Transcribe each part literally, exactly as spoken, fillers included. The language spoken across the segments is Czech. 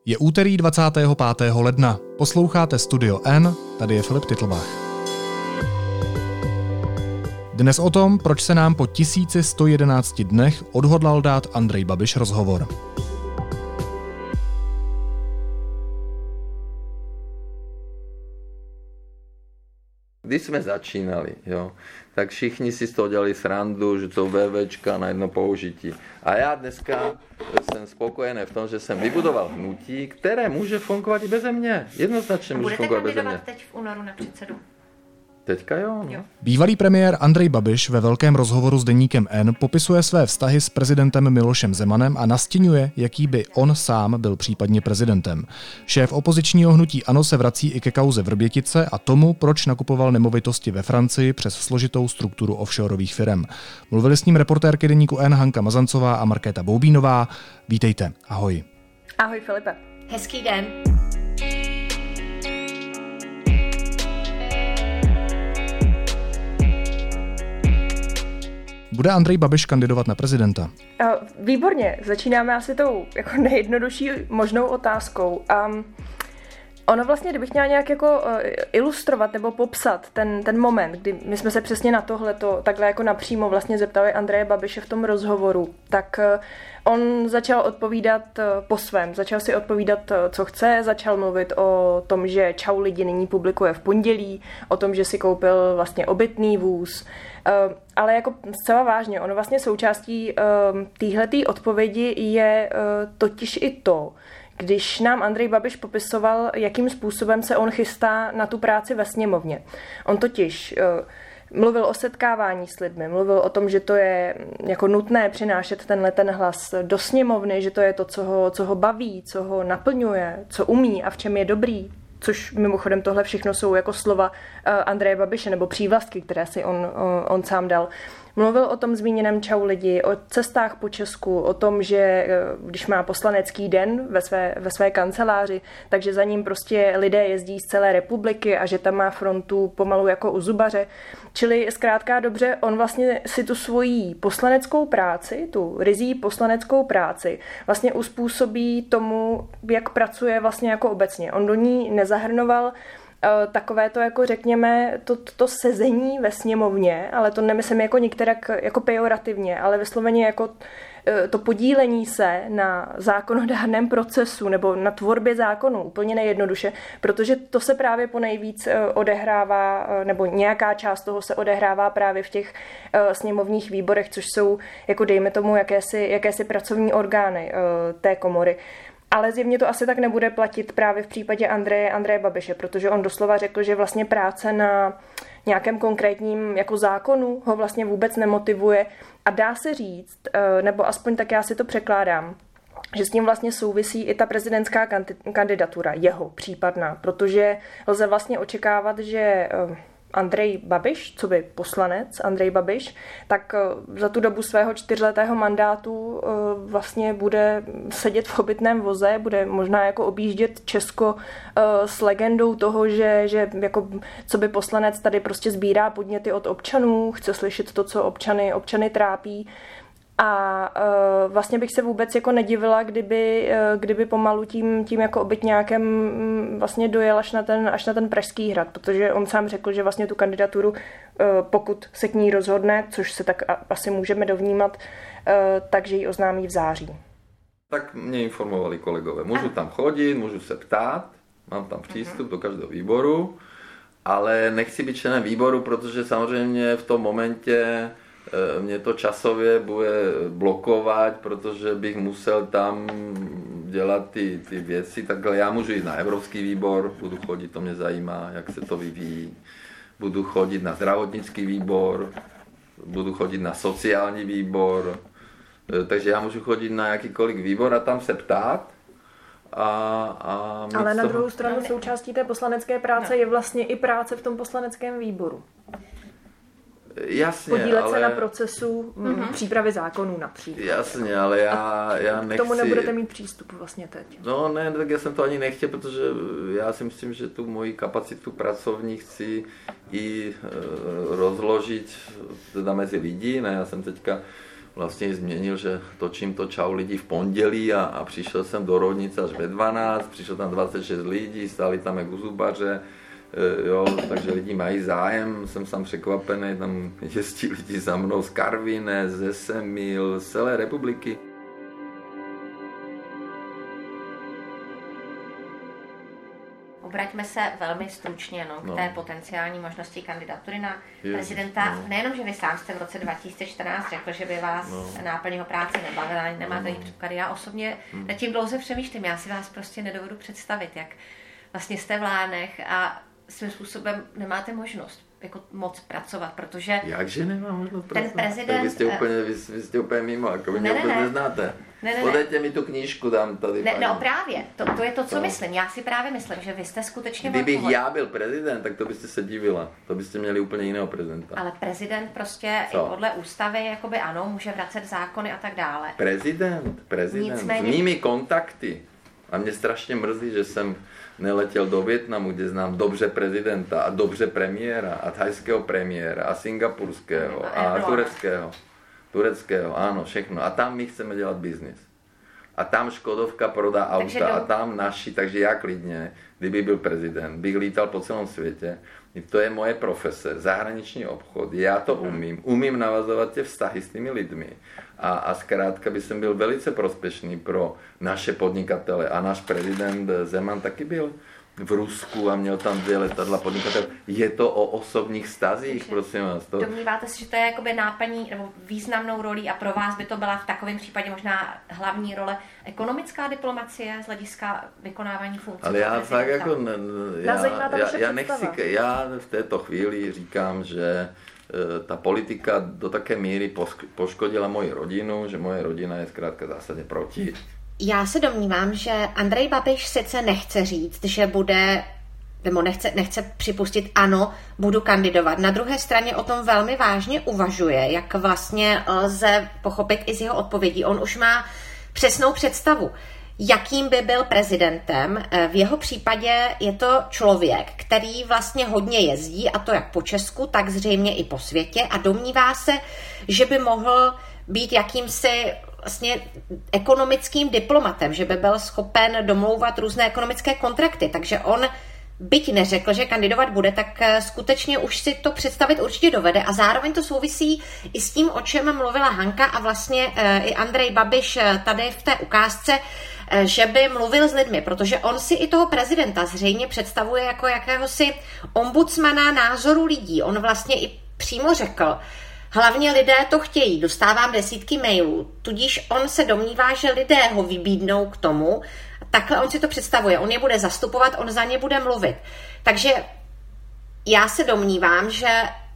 Je úterý dvacátého pátého ledna. Posloucháte Studio N, tady je Filip Titlbach. Dnes o tom, proč se nám po tisíci sto jedenácti dnech odhodlal dát Andrej Babiš rozhovor. Když jsme začínali, jo, tak všichni si z toho dělali srandu, že to VVčka na jedno použití. A já dneska jsem spokojený v tom, že jsem vybudoval hnutí, které může fungovat i beze mě. Jednoznačně může fungovat beze mě. Budete kandidovat teď v únoru na předsedu? Teďka jo, no. jo. Bývalý premiér Andrej Babiš ve velkém rozhovoru s deníkem N popisuje své vztahy s prezidentem Milošem Zemanem a nastiňuje, jaký by on sám byl případně prezidentem. Šéf opozičního hnutí ANO se vrací i ke kauze Vrbětice a tomu, proč nakupoval nemovitosti ve Francii přes složitou strukturu offshoreových firem. Mluvili s ním reportérky deníku N Hanka Mazancová a Markéta Boubínová. Vítejte, ahoj. Ahoj Filipe. Hezký den. Bude Andrej Babiš kandidovat na prezidenta? Výborně, začínáme asi tou jako nejjednodušší možnou otázkou. Um, ono vlastně, kdybych měla nějak jako uh, ilustrovat nebo popsat ten, ten moment, kdy my jsme se přesně na tohleto takhle jako napřímo vlastně zeptali Andreje Babiše v tom rozhovoru, tak uh, on začal odpovídat uh, po svém, začal si odpovídat, uh, co chce, začal mluvit o tom, že Čau lidi nyní publikuje v pondělí, o tom, že si koupil vlastně obytný vůz, uh, ale jako zcela vážně, ono vlastně součástí uh, téhletý odpovědi je uh, totiž i to, když nám Andrej Babiš popisoval, jakým způsobem se on chystá na tu práci ve sněmovně. On totiž uh, mluvil o setkávání s lidmi, mluvil o tom, že to je jako nutné přinášet tenhle ten hlas do sněmovny, že to je to, co ho, co ho baví, co ho naplňuje, co umí a v čem je dobrý. Což mimochodem tohle všechno jsou jako slova uh, Andreje Babiše nebo přívlastky, které si on, uh, on sám dal. Mluvil o tom zmíněném Čau lidi, o cestách po Česku, o tom, že když má poslanecký den ve své, ve své kanceláři, takže za ním prostě lidé jezdí z celé republiky a že tam má frontu pomalu jako u zubaře. Čili zkrátka dobře, on vlastně si tu svoji poslaneckou práci, tu ryzí poslaneckou práci, vlastně uspůsobí tomu, jak pracuje vlastně jako obecně. On do ní nezahrnoval takové to, jako řekněme, to, to sezení ve sněmovně, ale to nemyslím jako některak jako pejorativně, ale vysloveně jako to podílení se na zákonodárném procesu nebo na tvorbě zákonů, úplně nejjednoduše, protože to se právě ponejvíc odehrává, nebo nějaká část toho se odehrává právě v těch sněmovních výborech, což jsou, jako dejme tomu, jakési, jakési pracovní orgány té komory. Ale zjevně to asi tak nebude platit právě v případě Andreje, Andreje Babiše, protože on doslova řekl, že vlastně práce na nějakém konkrétním jako zákonu ho vlastně vůbec nemotivuje a dá se říct, nebo aspoň tak já si to překládám, že s tím vlastně souvisí i ta prezidentská kandidatura, jeho případná, protože lze vlastně očekávat, že Andrej Babiš, co by poslanec Andrej Babiš, tak za tu dobu svého čtyřletého mandátu vlastně bude sedět v obytném voze, bude možná jako objíždět Česko s legendou toho, že, že jako co by poslanec tady prostě sbírá podněty od občanů, chce slyšet to, co občany, občany trápí. A uh, vlastně bych se vůbec jako nedivila, kdyby, uh, kdyby pomalu tím, tím jako obytňákem um, vlastně dojel až na, ten, až na ten Pražský hrad, protože on sám řekl, že vlastně tu kandidaturu, uh, pokud se k ní rozhodne, což se tak a, asi můžeme dovnímat, uh, takže ji oznámí v září. Tak mě informovali kolegové. Můžu tam chodit, můžu se ptát, mám tam přístup do každého výboru, ale nechci být členem výboru, protože samozřejmě v tom momentě mě to časově bude blokovat, protože bych musel tam dělat ty, ty věci. Takhle já můžu jít na Evropský výbor, budu chodit, to mě zajímá, jak se to vyvíjí. Budu chodit na zdravotnický výbor, budu chodit na sociální výbor. Takže já můžu chodit na jakýkoliv výbor a tam se ptát. A, a Ale na toho... druhou stranu součástí té poslanecké práce no. je vlastně i práce v tom poslaneckém výboru. Jasně, podílet ale... se na procesu mm-hmm. přípravy zákonů například. Jasně, ale já, já nechci... K tomu nebudete mít přístup vlastně teď. No ne, tak já jsem to ani nechtěl, protože já si myslím, že tu moji kapacitu pracovní chci i e, rozložit teda mezi lidi. Ne, já jsem teďka vlastně změnil, že točím to Čau lidi v pondělí a, a přišel jsem do Roudnice až ve dvanáct, přišlo tam dvacet šest lidí, stáli tam jak u zubaře, e, jo, takže lidi mají zájem, jsem sám překvapený, tam jezdí lidi za mnou z Karviné, ze Semil, z celé republiky. Obraťme se velmi stručně no, k no. té potenciální možnosti kandidatury na Ježiš, prezidenta. No. Nejenom, že vy sám jste v roce dva tisíce čtrnáct řekl, že by vás no. náplň jeho práce nebavila, ani nemáte no. ani předpoklady. Já osobně hmm. nad tím dlouze přemýšlím. Já si vás prostě nedovedu představit, jak vlastně jste v Lánech a svým způsobem nemáte možnost jako moc pracovat, protože... Jakže nemám možnost pracovat? Ten prezident... Vy jste úplně, vy, vy jste úplně mimo, jako vy ne, mě vůbec ne, neznáte. Ne, ne, Podejte mi tu knížku, dám tady. Ne, paní. no právě, to, to je to, co to. myslím. Já si právě myslím, že vy jste skutečně... Kdybych mohl... já byl prezident, tak to byste se divila. To byste měli úplně jiného prezidenta. Ale prezident prostě co? i podle ústavy, jakoby ano, může vracet zákony a tak dále. Prezident, prezident. Nicméně... S mými kontakty. A mě strašně mrzí, že jsem neletěl do Vietnamu, kde znám dobře prezidenta a dobře premiéra a thajského premiéra a singapurského a tureckého. Tureckého, ano, všechno. A tam my chceme dělat biznis. A tam Škodovka prodá auta do... a tam naši, takže já klidně, kdyby byl prezident, bych lítal po celém světě. To je moje profese, zahraniční obchod, já to umím, umím navazovat tě vztahy s těmi lidmi. A, a zkrátka by jsem byl velice prospěšný pro naše podnikatele. A náš prezident Zeman taky byl v Rusku a měl tam dvě letadla podnikatel. Je to o osobních vztazích, takže prosím vás. To... Domníváte se, že to je jakoby náplní nebo významnou rolí a pro vás by to byla v takovém případě možná hlavní role ekonomická diplomacie z hlediska vykonávání funkce? Ale já fakt jako... Ne, já, já, já, nechci, já v této chvíli říkám, že ta politika do také míry poškodila moji rodinu, že moje rodina je zkrátka zásadně proti. Já se domnívám, že Andrej Babiš sice nechce říct, že bude, nebo nechce, nechce připustit, ano, budu kandidovat. Na druhé straně o tom velmi vážně uvažuje, jak vlastně lze pochopit i z jeho odpovědí. On už má přesnou představu, jakým by byl prezidentem. V jeho případě je to člověk, který vlastně hodně jezdí, a to jak po Česku, tak zřejmě i po světě, a domnívá se, že by mohl být jakýmsi vlastně ekonomickým diplomatem, že by byl schopen domlouvat různé ekonomické kontrakty. Takže on, byť neřekl, že kandidovat bude, tak skutečně už si to představit určitě dovede a zároveň to souvisí i s tím, o čem mluvila Hanka a vlastně i Andrej Babiš tady v té ukázce, že by mluvil s lidmi, protože on si i toho prezidenta zřejmě představuje jako jakéhosi ombudsmana názoru lidí. On vlastně i přímo řekl, hlavně lidé to chtějí, dostávám desítky mailů, tudíž on se domnívá, že lidé ho vybídnou k tomu, takhle on si to představuje, on je bude zastupovat, on za ně bude mluvit. Takže já se domnívám, že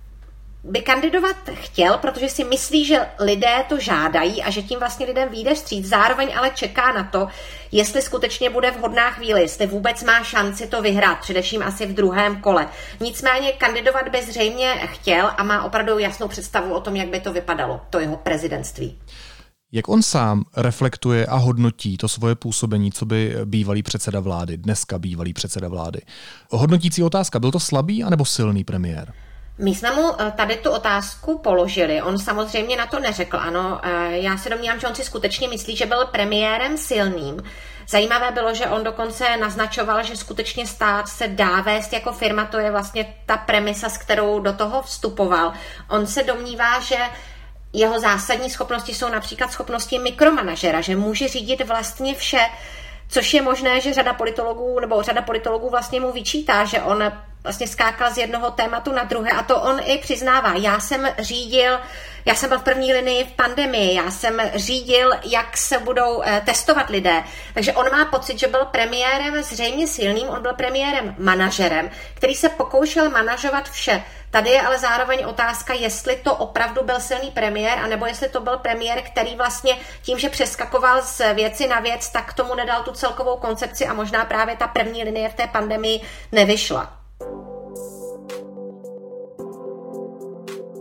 by kandidovat chtěl, protože si myslí, že lidé to žádají a že tím vlastně lidem vyjde vstříc. Zároveň ale čeká na to, jestli skutečně bude vhodná chvíli, jestli vůbec má šanci to vyhrát, především asi v druhém kole. Nicméně kandidovat by zřejmě chtěl a má opravdu jasnou představu o tom, jak by to vypadalo, to jeho prezidentství. Jak on sám reflektuje a hodnotí to svoje působení, co by bývalý předseda vlády, dneska bývalý předseda vlády? Hodnotící otázka, byl to slabý anebo silný premiér? My jsme mu tady tu otázku položili, on samozřejmě na to neřekl, ano, já se domnívám, že on si skutečně myslí, že byl premiérem silným. Zajímavé bylo, že on dokonce naznačoval, že skutečně stát se dá vést jako firma, to je vlastně ta premisa, s kterou do toho vstupoval. On se domnívá, že jeho zásadní schopnosti jsou například schopnosti mikromanažera, že může řídit vlastně vše, což je možné, že řada politologů, nebo řada politologů vlastně mu vyčítá, že on vlastně skákal z jednoho tématu na druhé a to on i přiznává. Já jsem řídil, já jsem byl v první linii v pandemii, já jsem řídil, jak se budou eh, testovat lidé. Takže on má pocit, že byl premiérem zřejmě silným, on byl premiérem manažerem, který se pokoušel manažovat vše. Tady je ale zároveň otázka, jestli to opravdu byl silný premiér, anebo jestli to byl premiér, který vlastně tím, že přeskakoval z věci na věc, tak tomu nedal tu celkovou koncepci a možná právě ta první linie v té pandemii nevyšla.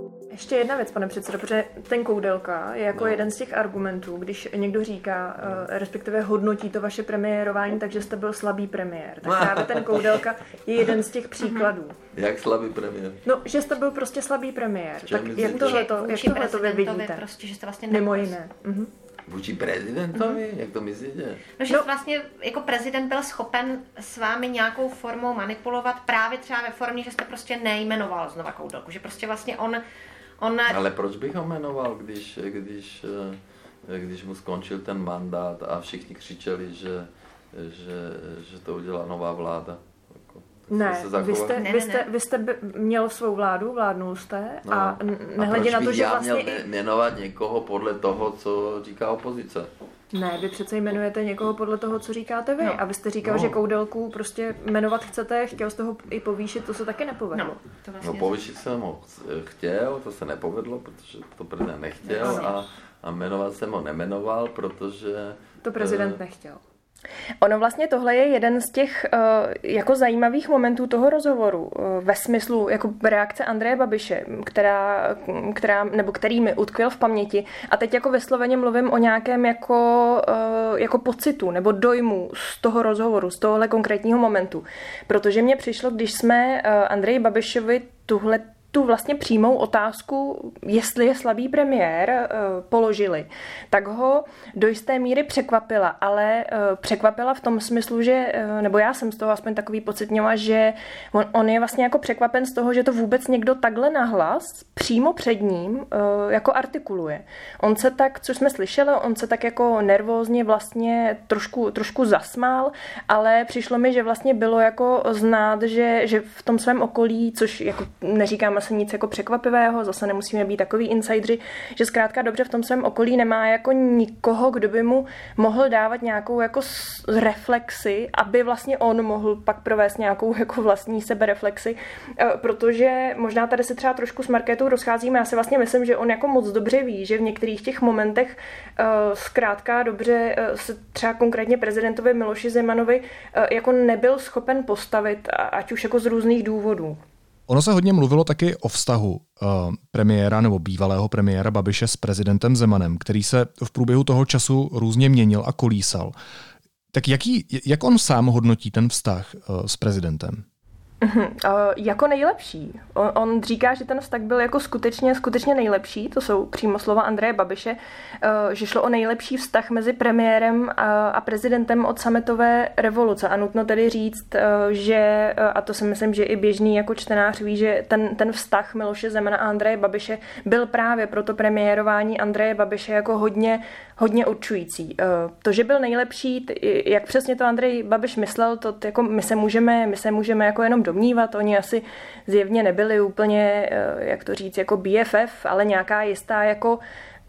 ještě jedna věc, pane předsedo, protože ten Koudelka je jako no. jeden z těch argumentů, když někdo říká, no. respektive hodnotí to vaše premiérování, takže jste byl slabý premiér. Tak právě ten Koudelka je jeden z těch příkladů. Jak slabý premiér? No, že jste byl prostě slabý premiér. Tak jak tohleto, jak tohleto vy vidíte? Prostě, že jste vlastně mimo jiné. Mhm. Vůči prezidentovi? Mm-hmm. Jak to myslíte? No, že no. vlastně jako prezident byl schopen s vámi nějakou formou manipulovat právě třeba ve formě, že jste prostě nejmenoval znova Koudelku, že prostě vlastně on... on... Ale proč bych ho jmenoval, když, když, když mu skončil ten mandát a všichni křičeli, že, že, že to udělá nová vláda? Ne, vy jste, ne, vy, jste, vy jste měl svou vládu, vládnul jste no. a nehledě na to, že já vlastně... měl jmenovat někoho podle toho, co říká opozice? Ne, vy přece jmenujete někoho podle toho, co říkáte vy. No. A vy jste říkal, no. že Koudelku prostě jmenovat chcete, chtěl jste ho i povýšit, to se taky nepovedlo. No, to vlastně no povýšit jsem ho chtěl, to se nepovedlo, protože to prezident nechtěl no. a, a jmenovat jsem ho nemenoval, protože... To prezident uh, nechtěl. Ono vlastně tohle je jeden z těch uh, jako zajímavých momentů toho rozhovoru uh, ve smyslu jako reakce Andreje Babiše, která, která, nebo který mi utkvěl v paměti. A teď jako vysloveně mluvím o nějakém jako, uh, jako pocitu nebo dojmu z toho rozhovoru, z tohohle konkrétního momentu. Protože mně přišlo, když jsme uh, Andreji Babišovi tuhle tu vlastně přímou otázku, jestli je slabý premiér, položili, tak ho do jisté míry překvapila, ale překvapila v tom smyslu, že, nebo já jsem z toho aspoň takový pocit měla, že on, on je vlastně jako překvapen z toho, že to vůbec někdo takhle nahlas přímo před ním jako artikuluje. On se tak, což jsme slyšeli, on se tak jako nervózně vlastně trošku, trošku zasmál, ale přišlo mi, že vlastně bylo jako znát, že, že v tom svém okolí, což jako neříkám asi nic jako překvapivého, zase nemusíme být takový insidři, že zkrátka dobře v tom svém okolí nemá jako nikoho, kdo by mu mohl dávat nějakou jako reflexi, aby vlastně on mohl pak provést nějakou jako vlastní sebereflexi, protože možná tady se třeba trošku s Markétou rozcházíme, já si vlastně myslím, že on jako moc dobře ví, že v některých těch momentech zkrátka dobře se třeba konkrétně prezidentovi Miloši Zemanovi jako nebyl schopen postavit, ať už jako z různých důvodů. Ono se hodně mluvilo taky o vztahu uh, premiéra nebo bývalého premiéra Babiše s prezidentem Zemanem, který se v průběhu toho času různě měnil a kolísal. Tak jaký, jak on sám hodnotí ten vztah uh, s prezidentem? Uh, jako nejlepší. On, on říká, že ten vztah byl jako skutečně, skutečně nejlepší, to jsou přímo slova Andreje Babiše, uh, že šlo o nejlepší vztah mezi premiérem a, a prezidentem od sametové revoluce. A nutno tedy říct, uh, že, uh, a to si myslím, že i běžný jako čtenář ví, že ten, ten vztah Miloše Zemana a Andreje Babiše byl právě pro to premiérování Andreje Babiše jako hodně, hodně určující. Uh, to, že byl nejlepší, t- jak přesně to Andrej Babiš myslel, to t- jako my se můžeme, my se můžeme jako jenom domnívat, oni asi zjevně nebyli úplně, jak to říct, jako B F F, ale nějaká jistá jako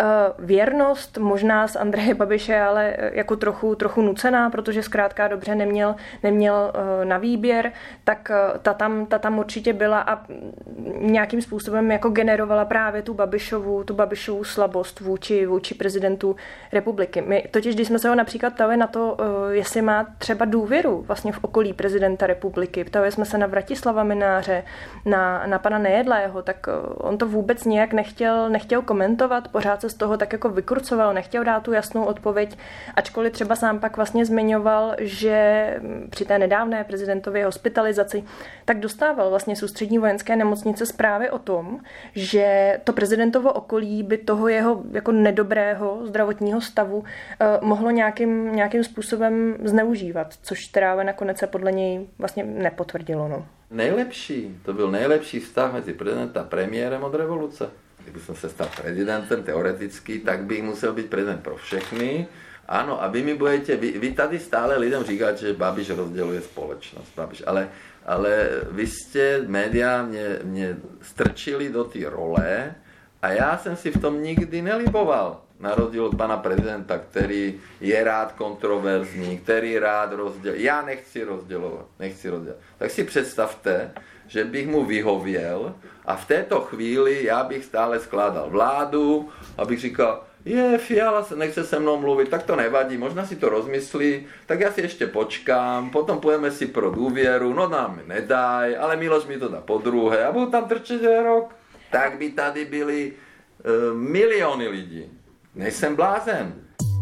věrnost, možná z Andreje Babiše, ale jako trochu, trochu nucená, protože zkrátka dobře neměl, neměl na výběr, tak ta tam, ta tam určitě byla a nějakým způsobem jako generovala právě tu Babišovu, tu Babišovu slabost vůči, vůči prezidentu republiky. My totiž, když jsme se ho například ptali na to, jestli má třeba důvěru vlastně v okolí prezidenta republiky, ptali jsme se na Vratislava Mynáře, na, na pana Nejedlého, tak on to vůbec nějak nechtěl, nechtěl komentovat, pořád se z toho tak jako vykrucoval, nechtěl dát tu jasnou odpověď, ačkoliv třeba sám pak vlastně zmiňoval, že při té nedávné prezidentově hospitalizaci tak dostával vlastně z ústřední vojenské nemocnice zprávy o tom, že to prezidentovo okolí by toho jeho jako nedobrého zdravotního stavu eh, mohlo nějakým, nějakým způsobem zneužívat, což teda nakonec se podle něj vlastně nepotvrdilo. No. Nejlepší, to byl nejlepší vztah mezi prezidentem a premiérem od revoluce. Kdyby jsem se stal prezidentem teoreticky, tak bych musel být prezident pro všechny. Ano, a vy mi budete, vy, vy tady stále lidem říkáte, že Babiš rozděluje společnost. Babiš, ale, ale vy jste, média mě, mě strčili do té role a já jsem si v tom nikdy neliboval. Na rozdíl od pana prezidenta, který je rád kontroverzní, který rád rozděluje. Já nechci rozdělovat, nechci rozdělovat. Tak si představte, že bych mu vyhověl a v této chvíli já bych stále skládal vládu, abych říkal, je, Fiala nechce se mnou mluvit, tak to nevadí, možná si to rozmyslí, tak já si ještě počkám, potom půjdeme si pro důvěru, no nám nedaj, ale Miloš mi to dá po druhé a budu tam trčet rok. tak by tady byly uh, miliony lidí. Nejsem blázen.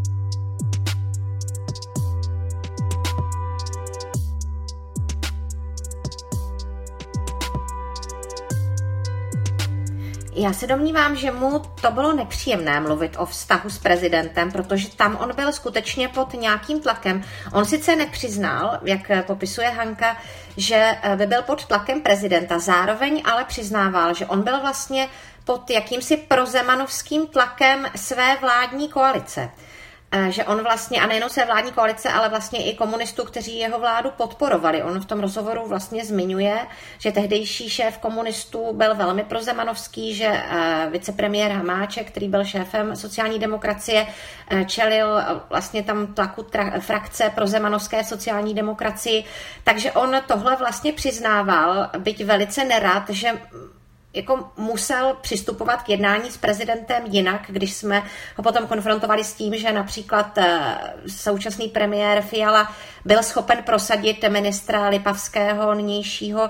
Já se domnívám, že mu to bylo nepříjemné mluvit o vztahu s prezidentem, protože tam on byl skutečně pod nějakým tlakem. On sice nepřiznal, jak popisuje Hanka, že by byl pod tlakem prezidenta, zároveň ale přiznával, že on byl vlastně pod jakýmsi prozemanovským tlakem své vládní koalice. Že on vlastně, a nejenom své vládní koalice, ale vlastně i komunistů, kteří jeho vládu podporovali. On v tom rozhovoru vlastně zmiňuje, že tehdejší šéf komunistů byl velmi prozemanovský, že vicepremiér Hamáček, který byl šéfem sociální demokracie, čelil vlastně tam tlaku tra- frakce prozemanovské sociální demokracii. Takže on tohle vlastně přiznával, byť velice nerad, že jako musel přistupovat k jednání s prezidentem jinak, když jsme ho potom konfrontovali s tím, že například současný premiér Fiala byl schopen prosadit ministra Lipavského nynějšího,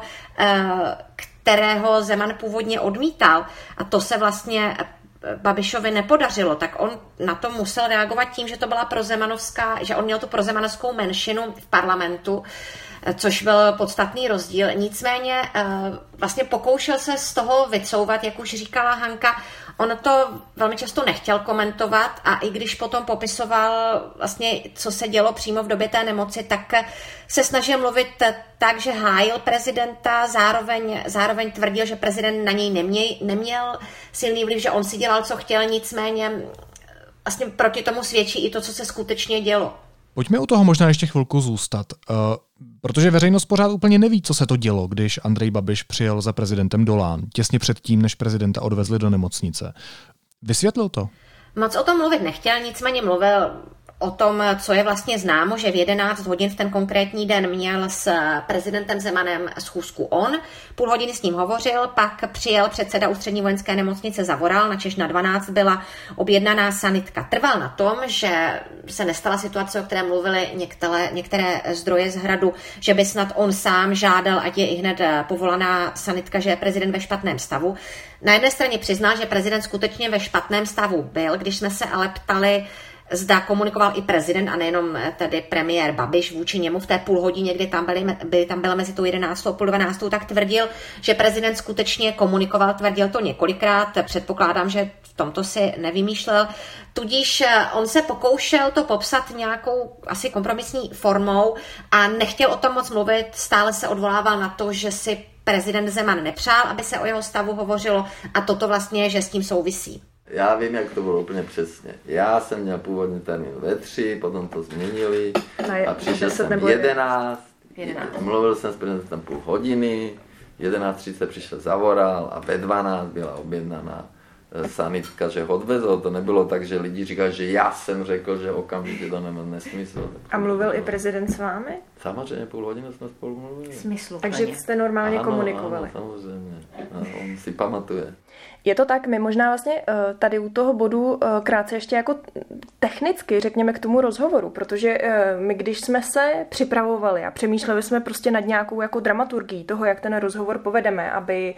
kterého Zeman původně odmítal. A to se vlastně Babišovi nepodařilo, tak on na to musel reagovat tím, že to byla prozemanovská, že on měl tu prozemanovskou menšinu v parlamentu, což byl podstatný rozdíl. Nicméně vlastně pokoušel se z toho vycouvat, jak už říkala Hanka, on to velmi často nechtěl komentovat a i když potom popisoval vlastně, co se dělo přímo v době té nemoci, tak se snažil mluvit tak, že hájil prezidenta, zároveň, zároveň tvrdil, že prezident na něj neměl, neměl silný vliv, že on si dělal, co chtěl, nicméně vlastně proti tomu svědčí i to, co se skutečně dělo. Pojďme u toho možná ještě chvilku zůstat, uh, protože veřejnost pořád úplně neví, co se to dělo, když Andrej Babiš přijel za prezidentem do Lán, těsně předtím, než prezidenta odvezli do nemocnice. Vysvětlil to? Moc o tom mluvit nechtěl, nicméně mluvil o tom, co je vlastně známo, že v jedenáct hodin v ten konkrétní den měl s prezidentem Zemanem schůzku on, půl hodiny s ním hovořil, pak přijel předseda Ústřední vojenské nemocnice Zavoral, načež na dvanáct byla objednaná sanitka. Trval na tom, že se nestala situace, o které mluvily některé, některé zdroje z Hradu, že by snad on sám žádal, ať je i hned povolaná sanitka, že je prezident ve špatném stavu. Na jedné straně přiznal, že prezident skutečně ve špatném stavu byl, když jsme se ale ptali, zda komunikoval i prezident a nejenom tedy premiér Babiš vůči němu v té půl hodině, kdy tam, byli, by tam byla mezi tou jedenáctou a půl dvanáctou, tak tvrdil, že prezident skutečně komunikoval, tvrdil to několikrát, předpokládám, že v tomto si nevymýšlel. Tudíž on se pokoušel to popsat nějakou asi kompromisní formou a nechtěl o tom moc mluvit, stále se odvolával na to, že si prezident Zeman nepřál, aby se o jeho stavu hovořilo a toto vlastně, že s tím souvisí. Já vím, jak to bylo úplně přesně. Já jsem měl původní termín ve tři, potom to změnili a přišel jsem v jedenáct, mluvil jsem s prezidentem půl hodiny, jedenáct třicet přišel Zavoral a ve dvanáct byla objednaná sanitka, že ho odvezou. To nebylo tak, že lidi říkali, že já jsem řekl, že okamžitě to nemá nesmysl. A mluvil i prezident s vámi? Samozřejmě, půl hodiny jsme spolu mluvili. Smyslu. Takže jste normálně ano, komunikovali. Ano, samozřejmě. Ano, on si pamatuje. Je to tak, my možná vlastně tady u toho bodu krátce ještě jako technicky řekněme k tomu rozhovoru, protože my když jsme se připravovali a přemýšleli jsme prostě nad nějakou jako dramaturgií toho, jak ten rozhovor povedeme, aby,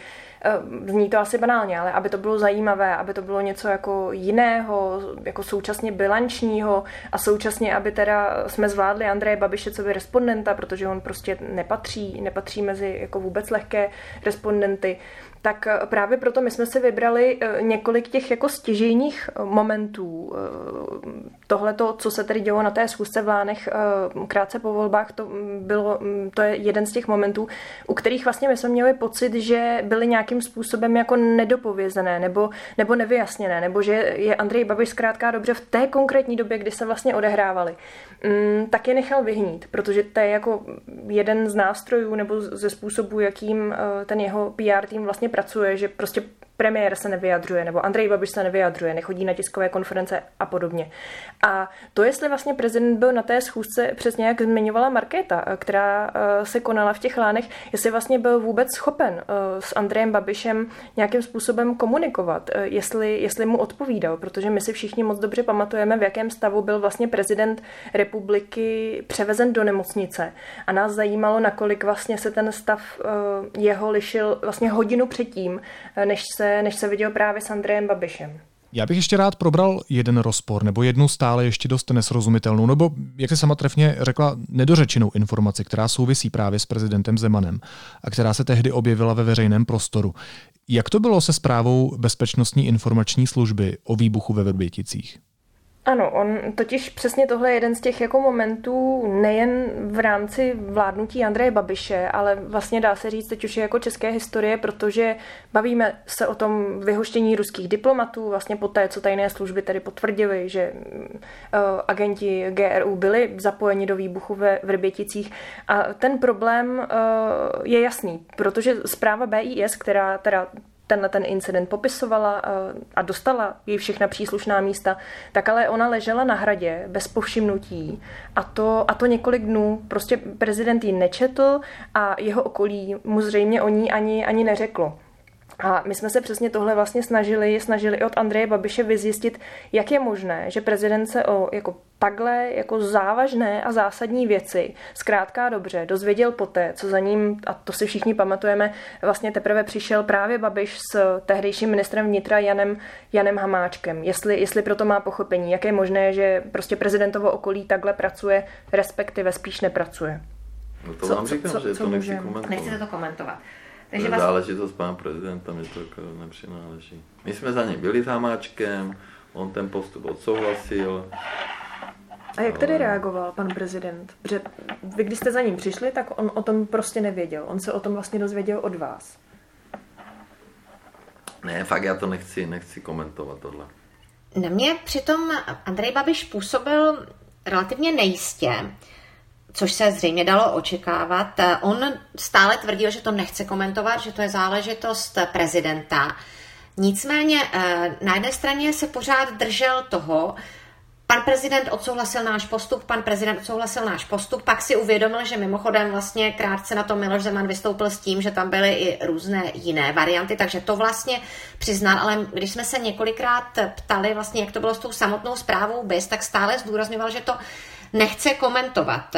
zní to asi banálně, ale aby to bylo zajímavé, aby to bylo něco jako jiného, jako současně bilančního a současně, aby teda jsme zvládli Andreje Babiše co by respondenta, protože on prostě nepatří, nepatří mezi jako vůbec lehké respondenty. Tak právě proto my jsme si vybrali několik těch jako stěžejních momentů. Tohleto, co se tedy dělo na té schůzce v Lánech krátce po volbách, to, bylo, to je jeden z těch momentů, u kterých vlastně my jsme měli pocit, že byly nějakým způsobem jako nedopovězené nebo, nebo nevyjasněné, nebo že je Andrej Babiš zkrátka dobře v té konkrétní době, kdy se vlastně odehrávali, tak je nechal vyhnít, protože to je jako jeden z nástrojů nebo ze způsobů, jakým ten jeho P R tým vlastně pracuje, že prostě premiér se nevyjadřuje, nebo Andrej Babiš se nevyjadřuje, nechodí na tiskové konference a podobně. A to, jestli vlastně prezident byl na té schůzce, přesně jak zmiňovala Markéta, která se konala v těch Lánech, jestli vlastně byl vůbec schopen s Andrejem Babišem nějakým způsobem komunikovat, jestli, jestli mu odpovídal, protože my si všichni moc dobře pamatujeme, v jakém stavu byl vlastně prezident republiky převezen do nemocnice. A nás zajímalo, nakolik vlastně se ten stav jeho lišil vlastně hodinu předtím, než se se, než se viděl právě s Andrejem Babišem. Já bych ještě rád probral jeden rozpor, nebo jednu stále ještě dost nesrozumitelnou, nebo, jak jsi sama trefně řekla, nedořečenou informaci, která souvisí právě s prezidentem Zemanem a která se tehdy objevila ve veřejném prostoru. Jak to bylo se zprávou Bezpečnostní informační služby o výbuchu ve Vrběticích? Ano, on totiž přesně tohle je jeden z těch jako momentů nejen v rámci vládnutí Andreje Babiše, ale vlastně dá se říct teď už je jako české historie, protože bavíme se o tom vyhoštění ruských diplomatů, vlastně po té, co tajné služby tedy potvrdili, že uh, agenti G R U byli zapojeni do výbuchu ve Vrběticích. A ten problém uh, je jasný, protože zpráva B I S, která teda tenhle ten incident popisovala a dostala jí všechna příslušná místa, tak ale ona ležela na Hradě bez povšimnutí a to, a to několik dnů. Prostě prezident ji nečetl a jeho okolí mu zřejmě o ní ani, ani neřeklo. A my jsme se přesně tohle vlastně snažili, snažili od Andreje Babiše vyzjistit, jak je možné, že prezident se o jako takhle jako závažné a zásadní věci zkrátka dobře dozvěděl poté, co za ním, a to si všichni pamatujeme, vlastně teprve přišel právě Babiš s tehdejším ministrem vnitra Janem, Janem Hamáčkem. Jestli, jestli proto má pochopení, jak je možné, že prostě prezidentovo okolí takhle pracuje, respektive spíš nepracuje. No to co, vám říkám, co, že co to nechci komentovat. Nechcete to komentovat. Takže to je vás... záležitost pana prezidenta, mě to jako nepřináleží. My jsme za ním byli s Hamáčkem, on ten postup odsouhlasil. A jak tedy reagoval pan prezident? Protože vy, když jste za ním přišli, tak on o tom prostě nevěděl. On se o tom vlastně dozvěděl od vás. Ne, fakt já to nechci, nechci komentovat tohle. Na mě přitom Andrej Babiš působil relativně nejistě, což se zřejmě dalo očekávat. On stále tvrdil, že to nechce komentovat, že to je záležitost prezidenta. Nicméně na jedné straně se pořád držel toho, pan prezident odsouhlasil náš postup, pan prezident odsouhlasil náš postup, pak si uvědomil, že mimochodem vlastně krátce na to Miloš Zeman vystoupil s tím, že tam byly i různé jiné varianty, takže to vlastně přiznal, ale když jsme se několikrát ptali vlastně, jak to bylo s tou samotnou zprávou B I S, tak stále zdůrazňoval, že to nechce komentovat.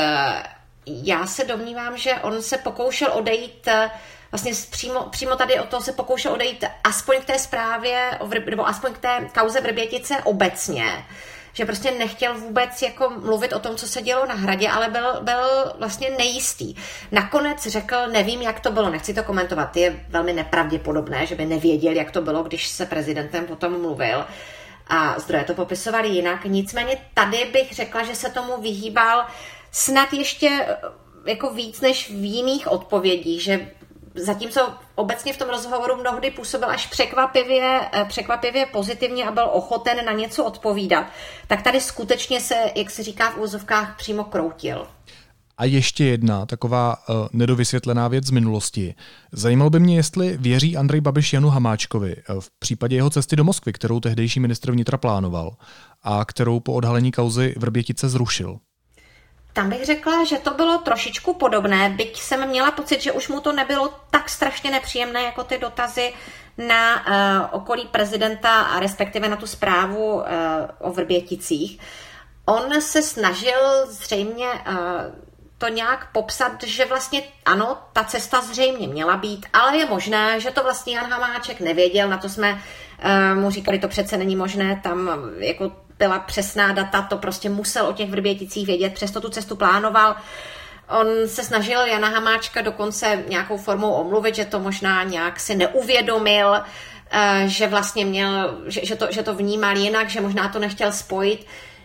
Já se domnívám, že on se pokoušel odejít vlastně přímo, přímo tady od toho se pokoušel odejít aspoň k té zprávě, nebo aspoň k té kauze Vrbětice obecně, že prostě nechtěl vůbec jako mluvit o tom, co se dělo na Hradě, ale byl, byl vlastně nejistý. Nakonec řekl, nevím, jak to bylo, nechci to komentovat, je velmi nepravděpodobné, že by nevěděl, jak to bylo, když se prezidentem potom mluvil. A zdroje to popisovali jinak. Nicméně tady bych řekla, že se tomu vyhýbal snad ještě jako víc než v jiných odpovědích, že zatímco obecně v tom rozhovoru mnohdy působil až překvapivě, překvapivě pozitivně a byl ochoten na něco odpovídat, tak tady skutečně se, jak se říká v úvozovkách, přímo kroutil. A ještě jedna taková uh, nedovysvětlená věc z minulosti. Zajímalo by mě, jestli věří Andrej Babiš Janu Hamáčkovi v případě jeho cesty do Moskvy, kterou tehdejší ministr vnitra plánoval a kterou po odhalení kauzy Vrbětice zrušil. Tam bych řekla, že to bylo trošičku podobné, byť jsem měla pocit, že už mu to nebylo tak strašně nepříjemné, jako ty dotazy na uh, okolí prezidenta a respektive na tu zprávu uh, o Vrběticích. On se snažil zřejmě uh, to nějak popsat, že vlastně ano, ta cesta zřejmě měla být, ale je možné, že to vlastně Jan Hamáček nevěděl, na to jsme uh, mu říkali, to přece není možné, tam jako byla přesná data, to prostě musel o těch Vrběticích vědět, přesto tu cestu plánoval. On se snažil Jana Hamáčka dokonce nějakou formou omluvit, že to možná nějak si neuvědomil, že vlastně měl, že, že, to, že to vnímal jinak, že možná to nechtěl spojit.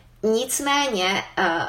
Nicméně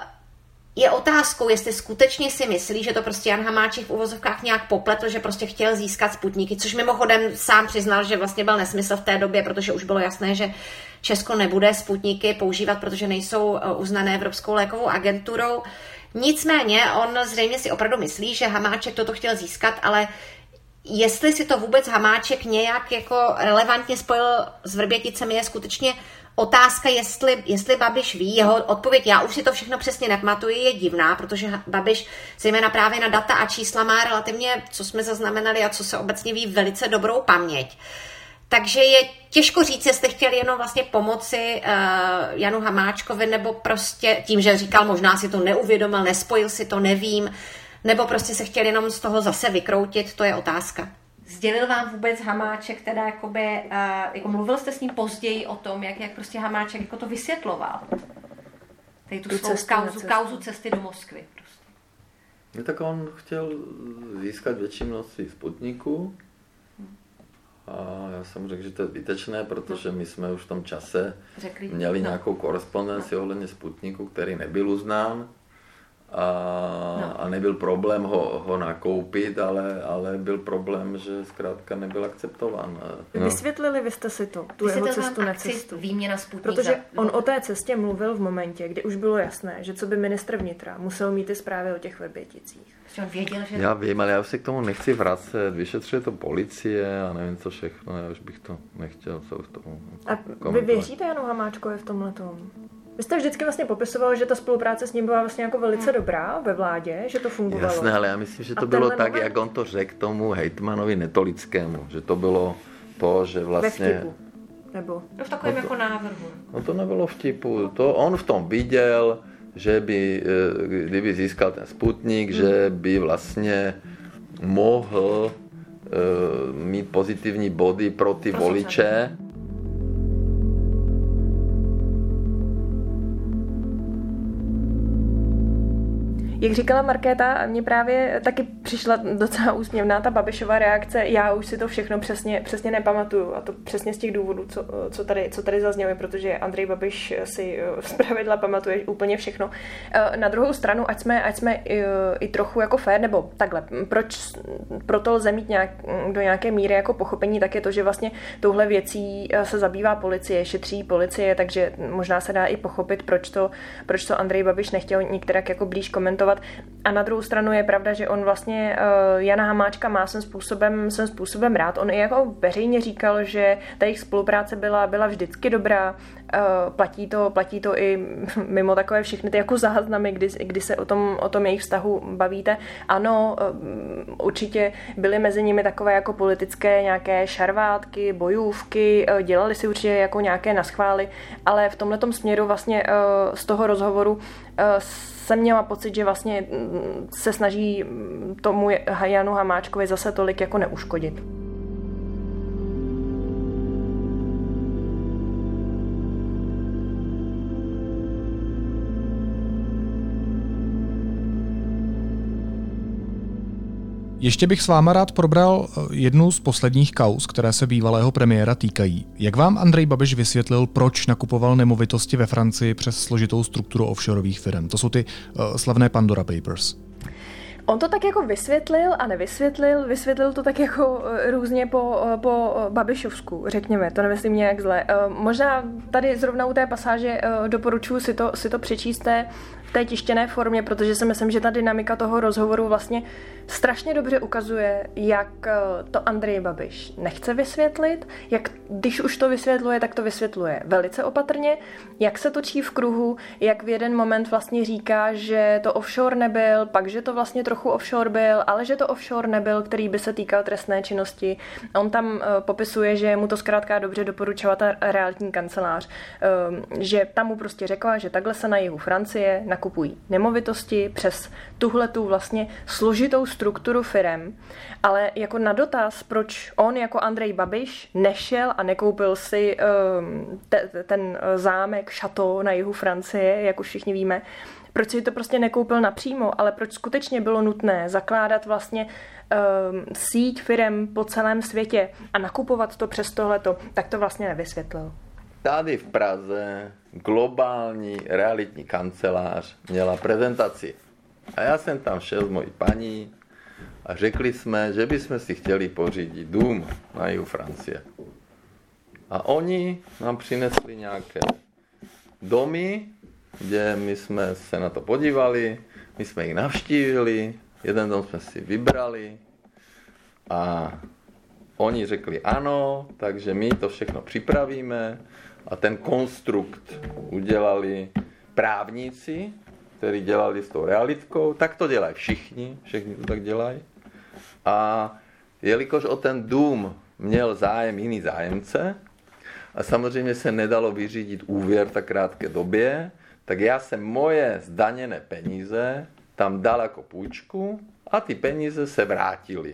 je otázkou, jestli skutečně si myslí, že to prostě Jan Hamáček v uvozovkách nějak popletl, že prostě chtěl získat Sputniky, což mimochodem sám přiznal, že vlastně byl nesmysl v té době, protože už bylo jasné, že Česko nebude Sputniky používat, protože nejsou uznané Evropskou lékovou agenturou. Nicméně on zřejmě si opravdu myslí, že Hamáček toto chtěl získat, ale jestli si to vůbec Hamáček nějak jako relevantně spojil s Vrběticemi, je skutečně otázka, jestli, jestli Babiš ví. Jeho odpověď, já už si to všechno přesně nepamatuji, je divná, protože Babiš zejména právě na data a čísla má relativně, co jsme zaznamenali a co se obecně ví, velice dobrou paměť. Takže je těžko říct, jestli chtěl jenom vlastně pomoci uh, Janu Hamáčkovi, nebo prostě tím, že říkal, možná si to neuvědomil, nespojil si to, nevím, nebo prostě se chtěl jenom z toho zase vykroutit, to je otázka. Sdělil vám vůbec Hamáček, teda jakoby, uh, jako mluvil jste s ním později o tom, jak, jak prostě Hamáček jako to vysvětloval? Tady tu, tu svou kauzu, kauzu cesty do Moskvy. Prostě. No, tak on chtěl získat větší množství Sputniku. A já jsem řekl, že to je zbytečné, protože my jsme už v tom čase Řekli, měli no. nějakou korespondenci no. ohledně Sputniku, který nebyl uznán. A, no. a nebyl problém ho, ho nakoupit, ale, ale byl problém, že zkrátka nebyl akceptován. No. Vysvětlili vy jste si to, tu Vysvětlil jeho cestu na cestu? Výměna Sputnika. Protože on o té cestě mluvil v momentě, kdy už bylo jasné, že co by ministr vnitra musel mít ty zprávy o těch Vrběticích. On věděl, že... Já vím, ale já už se k tomu nechci vracet. Vyšetřuje to policie a nevím co všechno, já už bych to nechtěl se už tomu A komentovat. Vy věříte Janu Hamáčkovi v tomhletom? Vy jste vždycky vlastně popisoval, že ta spolupráce s ním byla vlastně jako velice dobrá ve vládě, že to fungovalo. Jasné, ale já myslím, že to bylo tak, moment... jak on to řekl tomu hejtmanovi Netolickému, že to bylo to, že vlastně... Ve vtipu, nebo? No v takovém no to, jako návrhu. No to nebylo vtipu, to on v tom viděl, že by, kdyby získal ten Sputnik, hmm. že by vlastně mohl uh, mít pozitivní body pro ty pro voliče. Sociální. Jak říkala Markéta, mně právě taky přišla docela úsměvná ta Babišova reakce. Já už si to všechno přesně, přesně nepamatuju a to přesně z těch důvodů, co, co, tady, co tady zaznělo, protože Andrej Babiš si zpravidla pamatuje úplně všechno. Na druhou stranu, ať jsme, ať jsme i, i trochu jako fér, nebo takhle, proč proto lze mít nějak, do nějaké míry jako pochopení, tak je to, že vlastně touhle věcí se zabývá policie, šetří policie, takže možná se dá i pochopit, proč to, proč to Andrej Babiš nechtěl některak jako blíž komentovat. A na druhou stranu je pravda, že on vlastně uh, Jana Hamáčka má svým způsobem, svým způsobem rád. On i jako veřejně říkal, že ta jejich spolupráce byla, byla vždycky dobrá. Uh, platí to, platí to i mimo takové všechny ty jako záznamy, kdy, kdy se o tom, o tom jejich vztahu bavíte. Ano, uh, určitě byly mezi nimi takové jako politické nějaké šarvátky, bojůvky, uh, dělali si určitě jako nějaké naschvály, ale v tomhletom směru vlastně uh, z toho rozhovoru uh, jsem měla pocit, že vlastně se snaží tomu Janu Hamáčkovi zase tolik jako neuškodit. Ještě bych s váma rád probral jednu z posledních kauz, které se bývalého premiéra týkají. Jak vám Andrej Babiš vysvětlil, proč nakupoval nemovitosti ve Francii přes složitou strukturu offshoreových firm? To jsou ty uh, slavné Pandora Papers. On to tak jako vysvětlil a nevysvětlil, vysvětlil to tak jako různě po, po Babišovsku, řekněme, to nemyslím nějak zle. Možná tady zrovna u té pasáže doporučuji si to, si to přečíst v té tištěné formě, protože si myslím, že ta dynamika toho rozhovoru vlastně strašně dobře ukazuje, jak to Andrej Babiš nechce vysvětlit, jak když už to vysvětluje, tak to vysvětluje velice opatrně, jak se točí v kruhu, jak v jeden moment vlastně říká, že to offshore nebyl, pak, že to vlastně trochu offshore byl, ale že to offshore nebyl, který by se týkal trestné činnosti. On tam uh, popisuje, že mu to zkrátka dobře doporučila ta realitní kancelář, uh, že tam mu prostě řekla, že takhle se na jihu Francie nakupují nemovitosti přes tuhletu vlastně složitou strukturu firem, ale jako na dotaz, proč on jako Andrej Babiš nešel a nekoupil si um, te, ten zámek, šato na jihu Francie, jak už všichni víme, proč si to prostě nekoupil napřímo, ale proč skutečně bylo nutné zakládat vlastně um, síť firem po celém světě a nakupovat to přes tohleto, tak to vlastně nevysvětlil. Tady v Praze globální realitní kancelář měla prezentaci. A já jsem tam šel s mojí paní a řekli jsme, že bychom si chtěli pořídit dům na jihu Francie. A oni nám přinesli nějaké domy, kde my jsme se na to podívali, my jsme jich navštívili, jeden dom jsme si vybrali a oni řekli ano, takže my to všechno připravíme a ten konstrukt udělali právníci, kteří dělali s tou realitkou, tak to dělají všichni, všichni to tak dělají. A jelikož o ten dům měl zájem jiný zájemce a samozřejmě se nedalo vyřídit úvěr v tak krátké době, tak já jsem moje zdaněné peníze tam dal jako půjčku a ty peníze se vrátily.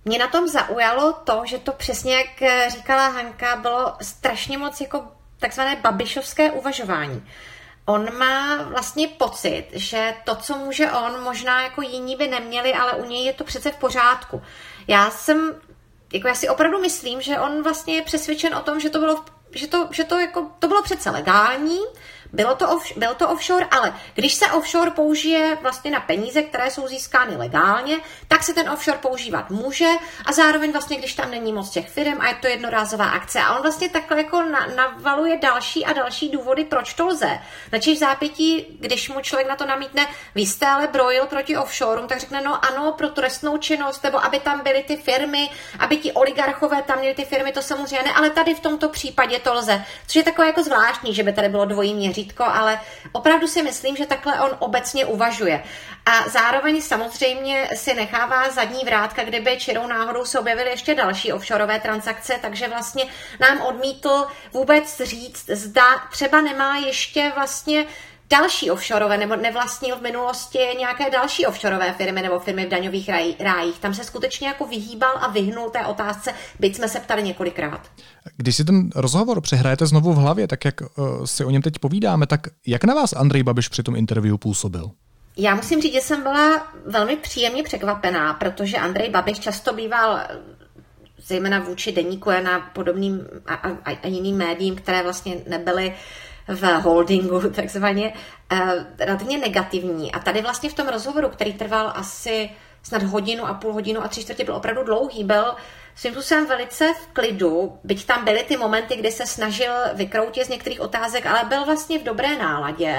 Mě na tom zaujalo to, že to přesně, jak říkala Hanka, bylo strašně moc jako takzvané babišovské uvažování. On má vlastně pocit, že to, co může on, možná jako jiní by neměli, ale u něj je to přece v pořádku. Já jsem, jako já si opravdu myslím, že on vlastně je přesvědčen o tom, že to bylo, že to, že to jako, to bylo přece legální, Bylo to, off, byl to offshore, ale když se offshore použije vlastně na peníze, které jsou získány legálně, tak se ten offshore používat může a zároveň vlastně, když tam není moc těch firm a je to jednorázová akce. A on vlastně takhle jako na, navaluje další a další důvody, proč to lze. Načež v zápětí, když mu člověk na to namítne, vy jste ale brojil proti offshoreům, tak řekne, no ano, pro trestnou činnost, nebo aby tam byly ty firmy, aby ti oligarchové tam měli ty firmy, to samozřejmě ne, ale tady v tomto případě to lze. Což je takové jako zvláštní, že by tady bylo dvojí měřítko, ale opravdu si myslím, že takhle on obecně uvažuje. A zároveň samozřejmě si nechává zadní vrátka, kdyby čirou náhodou se objevily ještě další offshoreové transakce, takže vlastně nám odmítl vůbec říct, zda třeba nemá ještě vlastně další offshoreové, nebo nevlastnil v minulosti nějaké další offshoreové firmy nebo firmy v daňových rájích. Tam se skutečně jako vyhýbal a vyhnul té otázce, byť jsme se ptali několikrát. Když si ten rozhovor přehrajete znovu v hlavě, tak jak uh, si o něm teď povídáme, tak jak na vás Andrej Babiš při tom interview působil? Já musím říct, že jsem byla velmi příjemně překvapená, protože Andrej Babiš často býval zejména vůči Deníku a podobným a, a, a jiným médiím, které vlastně nebyly v holdingu takzvaně, relativně negativní. A tady vlastně v tom rozhovoru, který trval asi snad hodinu a půl hodinu a tři čtvrtě, byl opravdu dlouhý, byl svým způsobem velice v klidu, byť tam byly ty momenty, kdy se snažil vykroutit z některých otázek, ale byl vlastně v dobré náladě.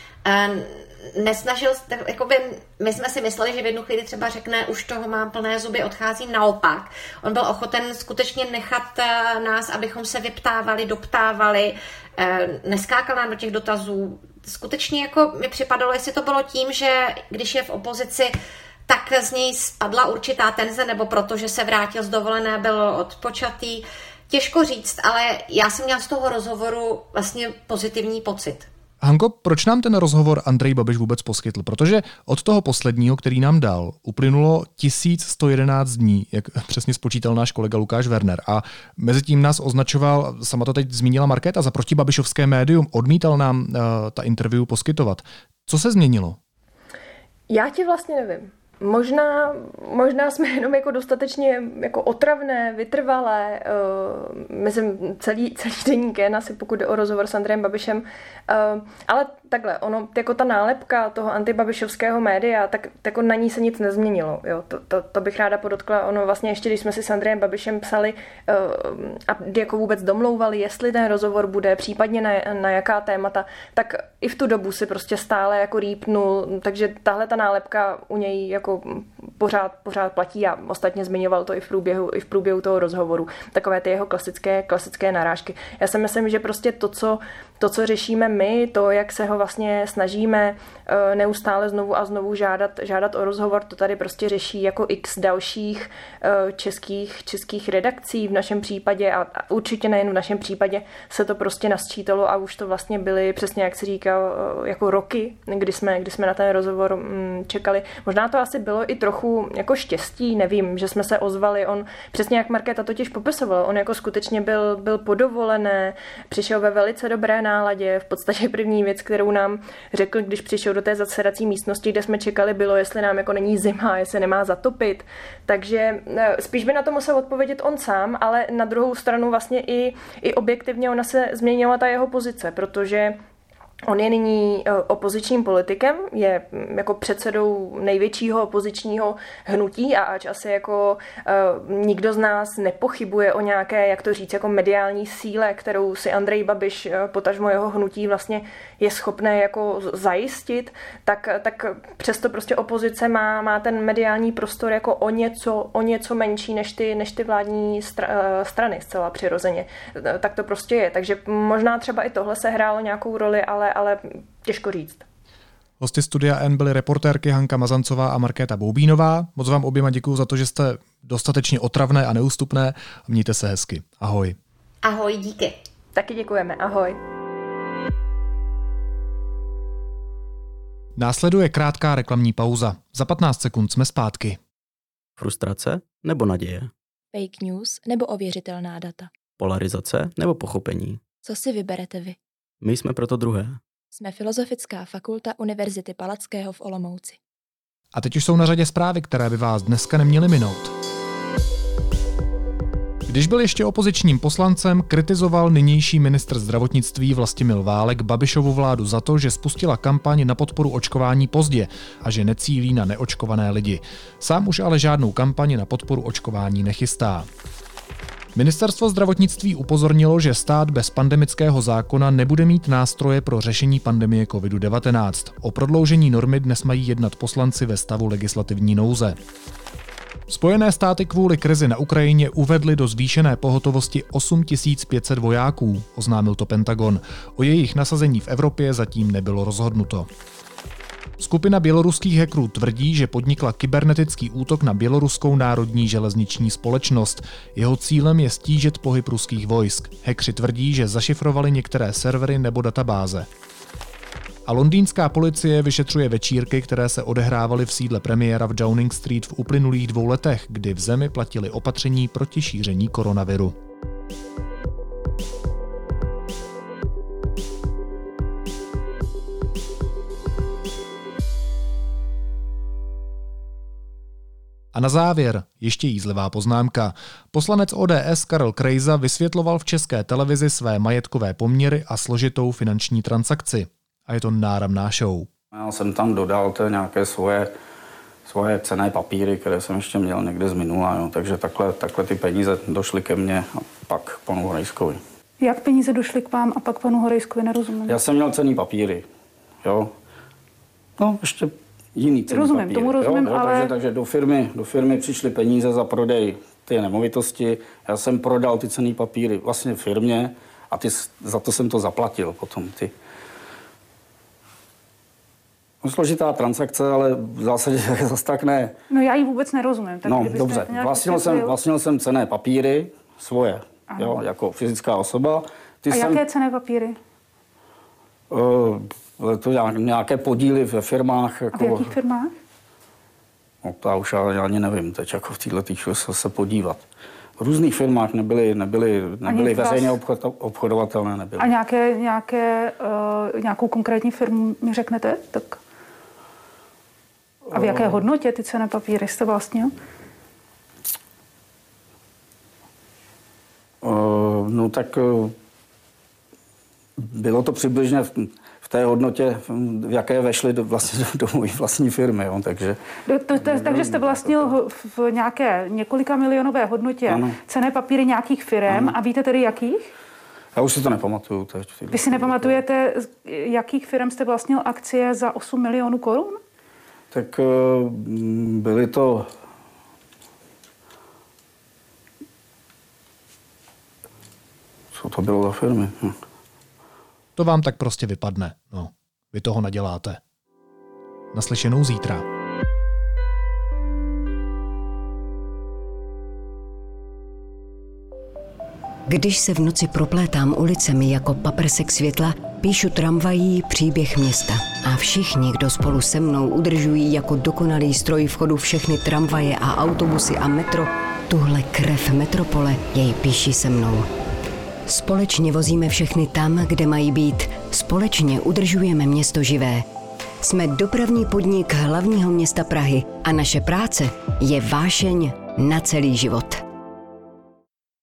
Nesnažil, jakoby, my jsme si mysleli, že v jednu chvíli třeba řekne, už toho mám plné zuby, odcházím, naopak. On byl ochoten skutečně nechat nás, abychom se vyptávali, doptávali, neskákal nám do těch dotazů. Skutečně jako mi připadalo, jestli to bylo tím, že když je v opozici, tak z něj spadla určitá tenze, nebo protože se vrátil z dovolené, byl odpočatý. Těžko říct, ale já jsem měla z toho rozhovoru vlastně pozitivní pocit. Hanko, proč nám ten rozhovor Andrej Babiš vůbec poskytl? Protože od toho posledního, který nám dal, uplynulo tisíc sto jedenáct dní, jak přesně spočítal náš kolega Lukáš Werner. A mezi tím nás označoval, sama to teď zmínila Markéta, za protibabišovské médium, odmítal nám uh, ta interview poskytovat. Co se změnilo? Já ti vlastně nevím. Možná, možná jsme jenom jako dostatečně jako otravné, vytrvalé, uh, myslím celý, celý deník N, asi pokud jde o rozhovor s Andrejem Babišem, uh, ale takhle, ono, jako ta nálepka toho antibabišovského média, tak jako na ní se nic nezměnilo, jo, to, to, to bych ráda podotkla, ono vlastně ještě, když jsme si s Andrejem Babišem psali uh, a jako vůbec domlouvali, jestli ten rozhovor bude, případně na, na jaká témata, tak i v tu dobu si prostě stále jako rýpnul, takže tahle ta nálepka u něj jako pořád, pořád platí a ostatně zmiňoval to i v průběhu, i v průběhu toho rozhovoru. Takové ty jeho klasické, klasické narážky. Já si myslím, že prostě to, co, to, co řešíme my, to, jak se ho vlastně snažíme neustále znovu a znovu žádat, žádat o rozhovor, to tady prostě řeší jako x dalších českých, českých redakcí v našem případě a určitě nejen v našem případě se to prostě nasčítalo a už to vlastně byly, přesně jak si říkal, jako roky, kdy jsme, kdy jsme na ten rozhovor čekali. Možná to asi bylo i trochu jako štěstí, nevím, že jsme se ozvali. On, přesně jak Markéta totiž popisoval, on jako skutečně byl, byl podovolené, přišel ve velice dobré náladě. V podstatě první věc, kterou nám řekl, když přišel do té zasedací místnosti, kde jsme čekali, bylo, jestli nám jako není zima, jestli nemá zatopit. Takže spíš by na to musel odpovědět on sám, ale na druhou stranu vlastně i, i objektivně ona se změnila ta jeho pozice, protože on je nyní opozičním politikem, je jako předsedou největšího opozičního hnutí a ač asi jako uh, nikdo z nás nepochybuje o nějaké, jak to říct, jako mediální síle, kterou si Andrej Babiš, uh, potažmo jeho hnutí vlastně je schopné jako zajistit, tak, tak přesto prostě opozice má, má ten mediální prostor jako o něco, o něco menší než ty, než ty vládní stra, uh, strany zcela přirozeně. Uh, tak to prostě je. Takže možná třeba i tohle se hrálo nějakou roli, ale ale těžko říct. Hosty Studia N byly reportérky Hanka Mazancová a Markéta Boubínová. Moc vám oběma děkuju za to, že jste dostatečně otravné a neústupné a mějte se hezky. Ahoj. Ahoj, díky. Taky děkujeme, ahoj. Následuje krátká reklamní pauza. Za patnáct sekund jsme zpátky. Frustrace? nebo naděje? Fake news nebo ověřitelná data? Polarizace nebo pochopení? Co si vyberete vy? My jsme proto druhé. Jsme Filozofická fakulta Univerzity Palackého v Olomouci. A teď už jsou na řadě zprávy, které by vás dneska neměly minout. Když byl ještě opozičním poslancem, kritizoval nynější ministr zdravotnictví Vlastimil Válek Babišovu vládu za to, že spustila kampaň na podporu očkování pozdě a že necílí na neočkované lidi. Sám už ale žádnou kampaň na podporu očkování nechystá. Ministerstvo zdravotnictví upozornilo, že stát bez pandemického zákona nebude mít nástroje pro řešení pandemie covid devatenáct. O prodloužení normy dnes mají jednat poslanci ve stavu legislativní nouze. Spojené státy kvůli krizi na Ukrajině uvedly do zvýšené pohotovosti osm tisíc pět set vojáků, oznámil to Pentagon. O jejich nasazení v Evropě zatím nebylo rozhodnuto. Skupina běloruských hackerů tvrdí, že podnikla kybernetický útok na Běloruskou národní železniční společnost. Jeho cílem je stížit pohyb ruských vojsk. Hackři tvrdí, že zašifrovali některé servery nebo databáze. A londýnská policie vyšetřuje večírky, které se odehrávaly v sídle premiéra v Downing Street v uplynulých dvou letech, kdy v zemi platili opatření proti šíření koronaviru. A na závěr ještě jízlivá poznámka. Poslanec O D S Karel Krejza vysvětloval v České televizi své majetkové poměry a složitou finanční transakci. A je to náramná show. Já jsem tam dodal to nějaké svoje, svoje cenné papíry, které jsem ještě měl někde z minula. Jo. Takže takhle, takhle ty peníze došly ke mně a pak k panu Horejskovi. Jak peníze došly k vám a pak panu Horejskovi, nerozumím? Já jsem měl cenné papíry. Jo. No, ještě jiný cenný rozumím, papíry. Tomu rozumím, jo, jo, ale... Takže, takže do, firmy, do firmy přišly peníze za prodej ty nemovitosti. Já jsem prodal ty cenné papíry vlastně firmě a ty, za to jsem to zaplatil potom. Ty. No, složitá transakce, ale v zásadě zase tak ne. No já ji vůbec nerozumím. Tak no dobře, vlastnil jsem, vlastnil jsem cenné papíry, svoje, jo, jako fyzická osoba. Ty a jsem, jaké cenné papíry? Uh, to nějaké podíly ve firmách. Jako, a v jakých firmách? No to já už ani nevím teď, jako v této týčku se, se podívat. V různých firmách nebyly, nebyly, nebyly veřejně vás... obchod, obchodovatelné. Nebyly. A nějaké, nějaké, uh, nějakou konkrétní firmu mi řeknete? Tak... A v jaké hodnotě ty cenné papíry jste vlastnil? Uh, no tak uh, bylo to přibližně v, v té hodnotě, v jaké vešly do, vlastně do, do mojí vlastní firmy. Jo, takže, do, to, to, takže jste vlastnil v, v nějaké několika milionové hodnotě ano. cenné papíry nějakých firem ano. A víte tedy jakých? Já už si to nepamatuju teď. Vy si nepamatujete, jakých firm jste vlastnil akcie za osm milionů korun? Tak byly to... Co to bylo za firmy? Hm. To vám tak prostě vypadne. No, vy toho naděláte. Naslyšenou zítra. Když se v noci proplétám ulicemi jako paprsek světla, píšu tramvají příběh města. A všichni, kdo spolu se mnou udržují jako dokonalý stroj v chodu všechny tramvaje a autobusy a metro, tuhle krev metropole jej píší se mnou. Společně vozíme všechny tam, kde mají být. Společně udržujeme město živé. Jsme dopravní podnik hlavního města Prahy a naše práce je vášeň na celý život.